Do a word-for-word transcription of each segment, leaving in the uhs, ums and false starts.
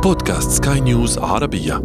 بودكاست سكاي نيوز عربية.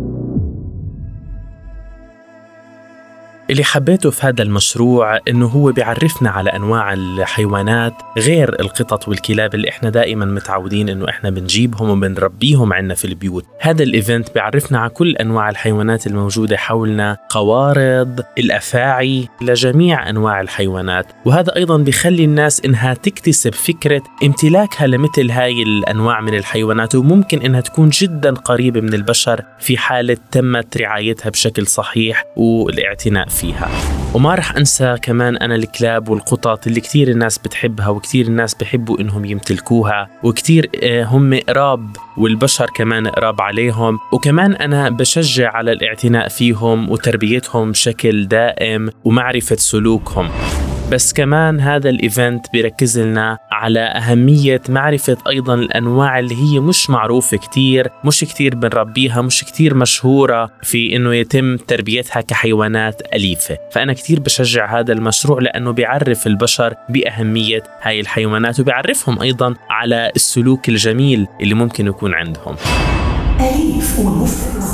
اللي حبيته في هذا المشروع إنه هو بيعرفنا على أنواع الحيوانات غير القطط والكلاب اللي إحنا دائما متعودين إنه إحنا بنجيبهم وبنربيهم عنا في البيوت. هذا الإيفنت بيعرفنا على كل أنواع الحيوانات الموجودة حولنا، قوارض، الأفاعي، لجميع أنواع الحيوانات. وهذا أيضا بيخلي الناس إنها تكتسب فكرة امتلاكها لمثل هاي الأنواع من الحيوانات، وممكن إنها تكون جدا قريبة من البشر في حالة تمت رعايتها بشكل صحيح والاعتناء فيها. وما رح أنسى كمان أنا الكلاب والقطط اللي كتير الناس بتحبها وكتير الناس بيحبوا إنهم يمتلكوها، وكتير هم قراب والبشر كمان قراب عليهم. وكمان أنا بشجع على الاعتناء فيهم وتربيتهم بشكل دائم ومعرفة سلوكهم. بس كمان هذا الإيفنت بيركز لنا على أهمية معرفة أيضاً الأنواع اللي هي مش معروفة كتير، مش كتير بنربيها، مش كتير مشهورة في إنه يتم تربيتها كحيوانات أليفة. فأنا كتير بشجع هذا المشروع لأنه بيعرف البشر بأهمية هاي الحيوانات وبيعرفهم أيضاً على السلوك الجميل اللي ممكن يكون عندهم. أليف ومفرز.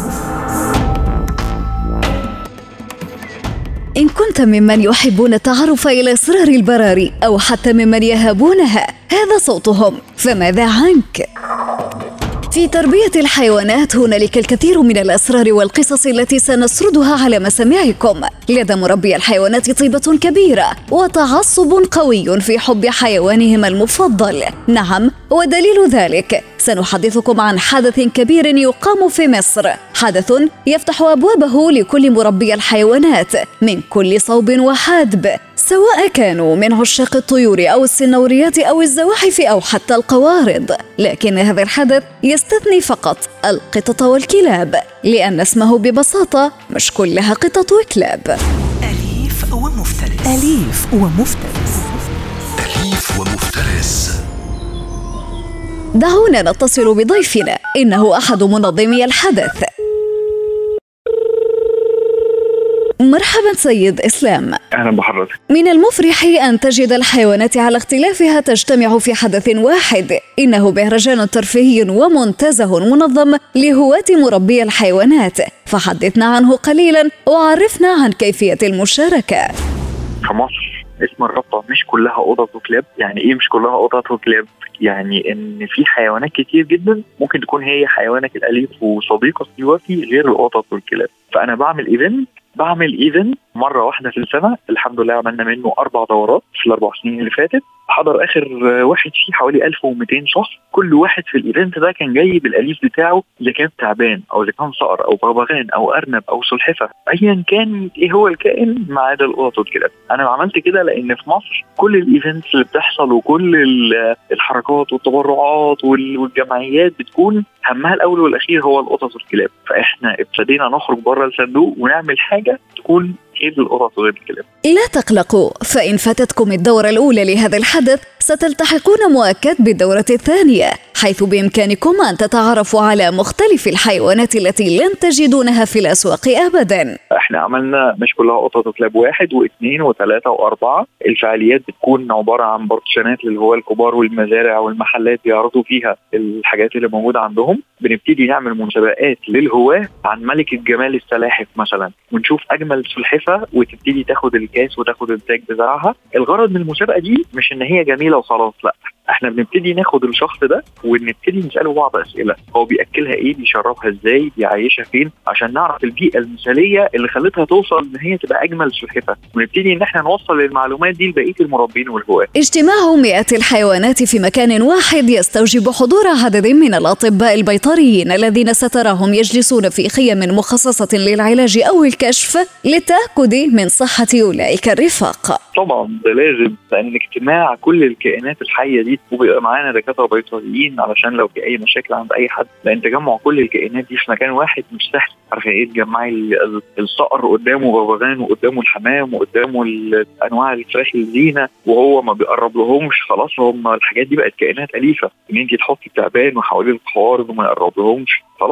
إن كنت ممن يحبون التعرف إلى أسرار البراري أو حتى ممن يهابونها، هذا صوتهم، فماذا عنك؟ في تربية الحيوانات هنالك الكثير من الأسرار والقصص التي سنسردها على مسامعكم. لدى مربي الحيوانات طيبة كبيرة وتعصب قوي في حب حيوانهم المفضل. نعم، ودليل ذلك سنحدثكم عن حدث كبير يقام في مصر، حدث يفتح أبوابه لكل مربي الحيوانات من كل صوب وحادب، سواء كانوا من عشاق الطيور أو السنوريات أو الزواحف أو حتى القوارض. لكن هذا الحدث يستثني فقط القطط والكلاب، لأن اسمه ببساطة مش كلها قطط وكلاب. أليف ومفترس. أليف ومفترس. أليف ومفترس. دعونا نتصل بضيفنا، إنه أحد منظمي الحدث. مرحبا سيد إسلام. أهلا بحضرتك. من المفرح أن تجد الحيوانات على اختلافها تجتمع في حدث واحد، إنه مهرجان ترفيهي ومنتزه منظم لهواة مربي الحيوانات، فحدثنا عنه قليلا وعرفنا عن كيفية المشاركة. في مصر اسم الرابطة مش كلها قطط وكلاب. يعني ايه مش كلها قطط وكلاب؟ يعني ان في حيوانات كتير جدا ممكن تكون هي حيوانك الأليف وصديقك الوفي غير القطط والكلاب. فأنا بعمل إيفنت بعمل ايفنت مرة واحدة في السنة. الحمد لله عملنا منه أربع دورات في الأربع سنين اللي فاتت. حضر آخر واحد فيه حوالي ألف ومئتين شخص. كل واحد في الإيفنت ده كان جاي بالأليف بتاعه، إذا كان تعبان أو إذا كان صقر أو بغبغان أو أرنب أو سلحفة، أيا كان إيه هو الكائن ما عدا القطط والكلاب. أنا عملت كده لأن في مصر كل الإيفنتس اللي بتحصل وكل الحركات والتبرعات والجمعيات بتكون همها الأول والأخير هو القطط والكلاب. فإحنا ابتدينا نخرج بره الصندوق ونعمل حاجة تكون غير القطط وغير الكلاب. لا تقلقوا، فإن فاتتكم الدورة الأولى لهذا الحدث ستلتحقون مؤكد بالدورة الثانية، حيث بإمكانكم أن تتعرفوا على مختلف الحيوانات التي لن تجدونها في الأسواق أبدا. احنا عملنا مش كلها قطط وكلاب، واحد واثنين وثلاثة وأربعة. الفعاليات بتكون عبارة عن بارتيشنات اللي هو الكبار والمزارع والمحلات بيعرضوا فيها الحاجات اللي موجودة عندهم. بنبتدي نعمل مسابقات للهواة عن ملكة جمال السلاحف مثلا، ونشوف أجمل سلحفة وتبتدي تاخد الكاس وتاخد التاج بتاعها. الغرض من المسابقة دي مش إن هي جميلة وخلاص، لا، احنا بنبتدي ناخد الشخص ده ونبتدي نسأله بعض أسئلة. هو بيأكلها ايه، بيشربها ازاي، بيعيشها فين، عشان نعرف البيئة المثالية اللي خلتها توصل ان هي تبقى اجمل سلحفة، ونبتدي ان احنا نوصل المعلومات دي لبقية المربين والهواة. اجتماع مئات الحيوانات في مكان واحد يستوجب حضور عدد من الأطباء البيطريين الذين ستراهم يجلسون في خيم مخصصة للعلاج أو الكشف للتأكد من صحة أولئك الرفاق. طبعا ده لازم، لأن اجتماع كل الكائنات الحية دي وبيبقى معانا دكاترة بيطريين علشان لو في أي مشاكل عند أي حد، لأن تجمع كل الكائنات دي في مكان واحد مش سهل. عارفة إيه، تجمعي الصقر قدامه بغبغان وقدامه الحمام وقدامه أنواع الفراخ الزينة وهو ما بيقرب لهمش، خلاص هم الحاجات دي بقت كائنات أليفة. إن أنت تحطي التعبان وحوالين القوارض وما يقرب لهمش، خلاص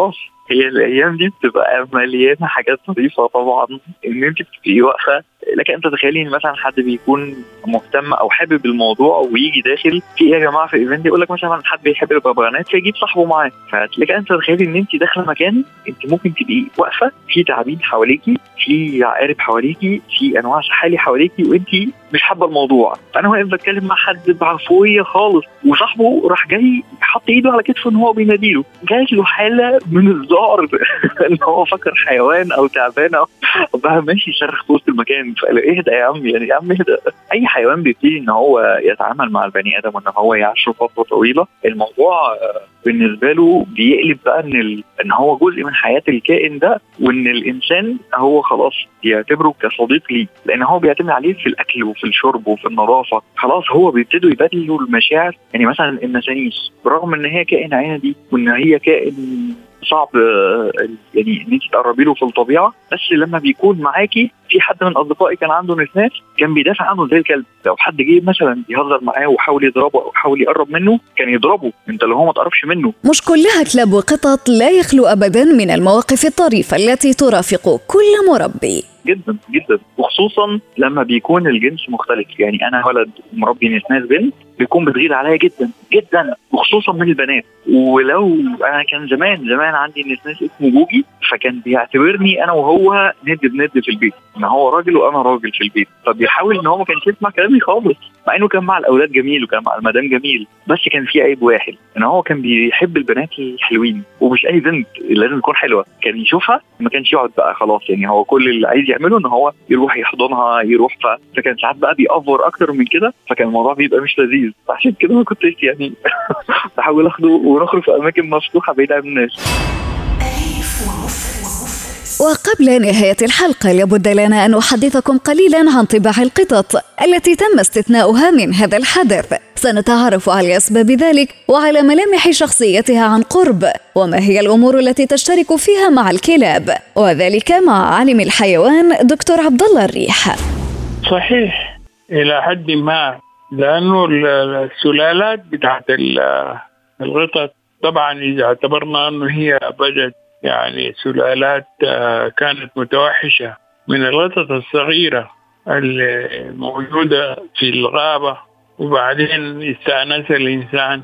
هي الايام دي بتبقى مليانه حاجات طريفه طبعا، ان انت بتبقي واقفه. لكن انت تخيلي ان مثلا حد بيكون مهتم او حابب الموضوع ويجي داخل في يا جماعه في ايفنت يقول لك مثلا حد بيحب الببغانات فيجيب صاحبه معاه، فتلاقي انت تخيلي ان انت داخله مكان انت ممكن تبقي واقفه في تعابين حواليكي، في عقارب حواليكي، في انواع سحالي حواليكي، وانت مش حابه الموضوع. فانا واقف بتكلم مع حد بعفويه خالص وصاحبه راح جاي حط ايده على كتفه ان هو بيناديله، جات له حاله من الذعر ان هو فكر حيوان او تعبان او بقى ماشي يصرخ في وسط المكان. فقال اهدى يا عم، يعني يا عم اهدى. اي حيوان بيبتدي ان هو يتعامل مع البني ادم وان هو يعيشه فتره طويله، الموضوع بالنسبه له بيقلب بقى ان ال... ان هو جزء من حياه الكائن ده، وان الانسان هو خلاص يعتبره كصديق ليه، لان هو بيعتمد عليه في الاكل وفي الشرب وفي النظافه. خلاص هو بيبتدوا يبادلوا المشاعر. يعني مثلا النسانيس برغم ان هي كائن عندي وان هي كائن صعب يعني ان انت تقربي له في الطبيعه، بس لما بيكون معاكي في حد من اصدقائي كان عنده نسناس كان بيدافع عنه زي الكلب. لو حد جه مثلا يهزر معاه وحاول يضربه او حاول يقرب منه كان يضربه، انت اللي هو ما تقربش منه. مش كلها كلاب وقطط، لا يخلو ابدا من المواقف الطريفه التي ترافق كل مربي. جدا جدا، وخصوصا لما بيكون الجنس مختلف. يعني انا ولد مربي نسناس بنت بيكون بتغير عليا جدا جدا، وخصوصا من البنات. ولو انا كان زمان زمان عندي نسناس اسمه جوجي، فكان بيعتبرني انا وهو ند بند في البيت، ان هو راجل وانا راجل في البيت، فبيحاول ان هو ما كانش يسمع كلامي خالص، مع انه كان مع الاولاد جميل وكان مع المدام جميل. بس كان في عيب واحد، ان هو كان بيحب البنات الحلوين، ومش اي بنت لازم تكون حلوه، كان يشوفها ما كانش يقعد بقى خلاص. يعني هو كل اللي عايز يعمله ان هو يروح يحضنها يروح، فكان ساعات بقى بيأفور اكتر من كده، فكان الموضوع بيبقى مش لذيذ. عشان كده ما كنتش يعني بحاول اخده ونخرج في اماكن مفتوحه بعيد عن الناس. وقبل نهاية الحلقة لابد لنا أن نحدثكم قليلا عن طباع القطط التي تم استثناؤها من هذا الحدث. سنتعرف على أسباب ذلك وعلى ملامح شخصيتها عن قرب، وما هي الأمور التي تشترك فيها مع الكلاب، وذلك مع عالم الحيوان دكتور عبد الله الريح. صحيح إلى حد ما، لأنه السلالات بتاعت القطط طبعا إذا اعتبرنا أنه هي بدأت يعني سلالات كانت متوحشة من القطط الصغيرة الموجودة في الغابة وبعدين استأنس الإنسان،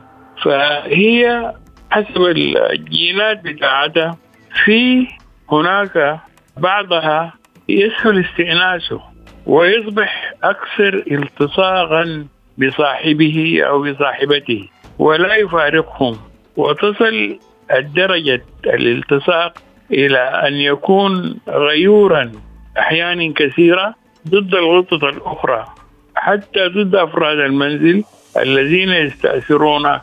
فهي حسب الجينات بتاعتها في هناك بعضها يسهل استئناسه ويصبح أكثر التصاقا بصاحبه أو بصاحبته ولا يفارقهم، وتصل الدرجة الالتصاق إلى أن يكون غيورا أحيانا كثيرة ضد القطط الأخرى، حتى ضد أفراد المنزل الذين يستأثرون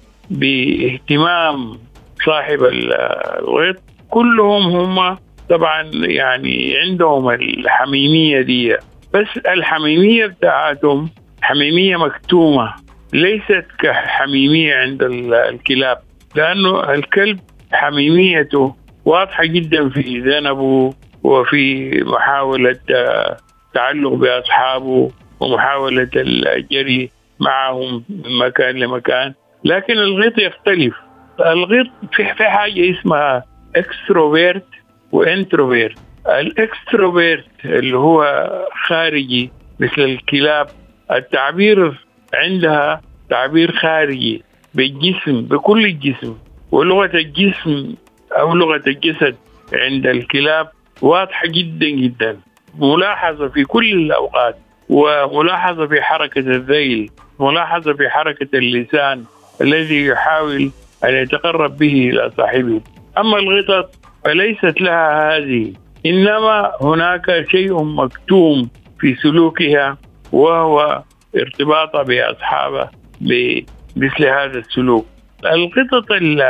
باهتمام صاحب القط. كلهم هم طبعا يعني عندهم الحميمية دي، بس الحميمية بتاعتهم حميمية مكتومة ليست كحميمية عند الكلاب، لأنه الكلب حميميته واضحة جدا في ذنبه وفي محاولة تعلق بأصحابه ومحاولة الجري معهم من مكان لمكان. لكن الغيط يختلف، الغيط في حاجة اسمها اكستروفيرت وانتروفيرت. الاكستروفيرت اللي هو خارجي مثل الكلاب، التعبير عندها تعبير خارجي بالجسم بكل الجسم، ولغة الجسم أو لغة الجسد عند الكلاب واضحة جدا جدا، ملاحظة في كل الأوقات، وملاحظة في حركة الذيل، ملاحظة في حركة اللسان الذي يحاول أن يتقرب به إلى صاحبه. أما القطط فليست لها هذه، إنما هناك شيء مكتوم في سلوكها وهو ارتباطها بأصحابها بمثل هذا السلوك. القطط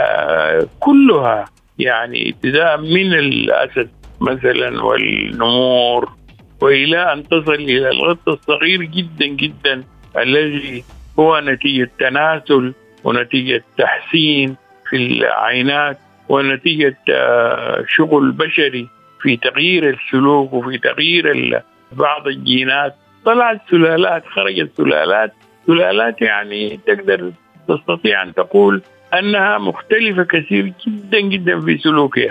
كلها يعني ابتداء من الأسد مثلا والنمور وإلى أن تصل إلى القط الصغير جدا جدا الذي هو نتيجة تناسل ونتيجة تحسين في العينات ونتيجة شغل بشري في تغيير السلوك وفي تغيير بعض الجينات. طلعت سلالات، خرجت سلالات سلالات يعني تقدر تستطيع أن تقول أنها مختلفة كثير جدا جدا في سلوكها،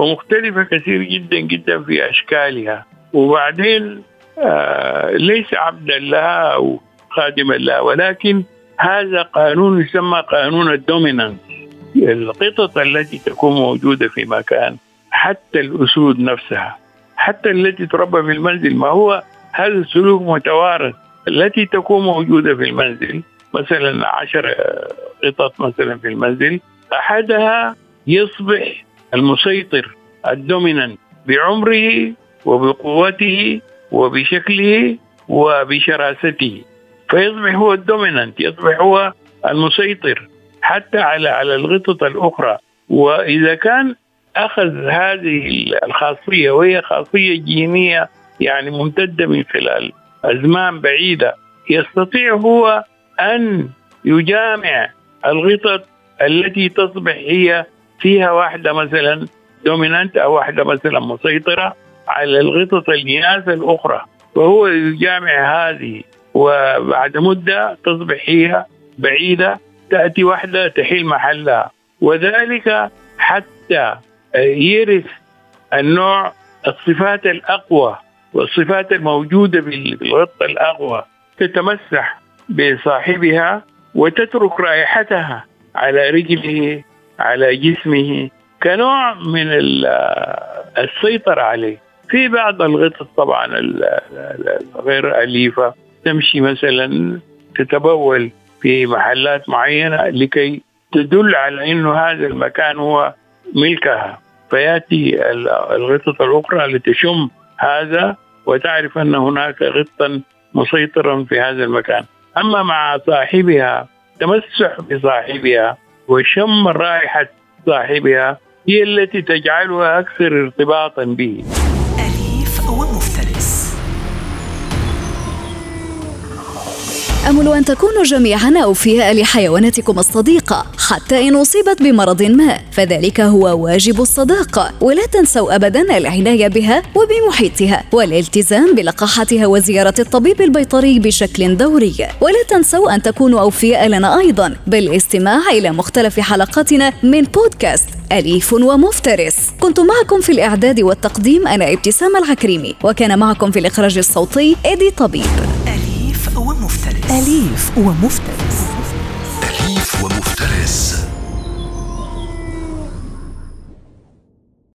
ومختلفة كثير جدا جدا في أشكالها. وبعدين آه ليس عبدا لها أو خادما لها، ولكن هذا قانون يسمى قانون الدومينانس. القطط التي تكون موجودة في مكان، حتى الأسود نفسها، حتى التي تربى في المنزل، ما هو هذا السلوك متوارث. التي تكون موجودة في المنزل مثلا عشر قطط مثلا في المنزل، أحدها يصبح المسيطر الدومينانت بعمره وبقوته وبشكله وبشراسته، فيصبح هو الدومينانت، يصبح هو المسيطر حتى على على القطط الأخرى. وإذا كان أخذ هذه الخاصية، وهي خاصية جينية يعني ممتدة من خلال أزمان بعيدة، يستطيع هو أن يجامع القطط التي تصبح هي فيها واحدة مثلا دومينانت أو واحدة مثلا مسيطرة على القطط الجناس الأخرى، وهو يجامع هذه، وبعد مدة تصبح هي بعيدة، تأتي واحدة تحل محلها، وذلك حتى يرث النوع الصفات الأقوى والصفات الموجودة بالقطة الأقوى، تتمسح بصاحبها وتترك رائحتها على رجله على جسمه كنوع من السيطرة عليه. في بعض القطط طبعا غير أليفة تمشي مثلا تتبول في محلات معينة لكي تدل على أنه هذا المكان هو ملكها، فيأتي القطط الأخرى لتشم هذا وتعرف أن هناك قطا مسيطرا في هذا المكان. أما مع صاحبها، تمسح بصاحبها وشم رائحة صاحبها هي التي تجعلها أكثر ارتباطا به. أليف ومفترس. أمل أن تكونوا جميعا أوفياء لحيواناتكم الصديقة حتى إن أصيبت بمرض ما، فذلك هو واجب الصداقة. ولا تنسوا أبدا العناية بها وبمحيطها والالتزام بلقاحتها وزيارة الطبيب البيطري بشكل دوري. ولا تنسوا أن تكونوا أوفياء لنا أيضا بالاستماع إلى مختلف حلقاتنا من بودكاست أليف ومفترس. كنت معكم في الإعداد والتقديم أنا ابتسام العكريمي، وكان معكم في الإخراج الصوتي إيدي طبيب. أليف ومفترس. أليف ومفترس. أليف ومفترس.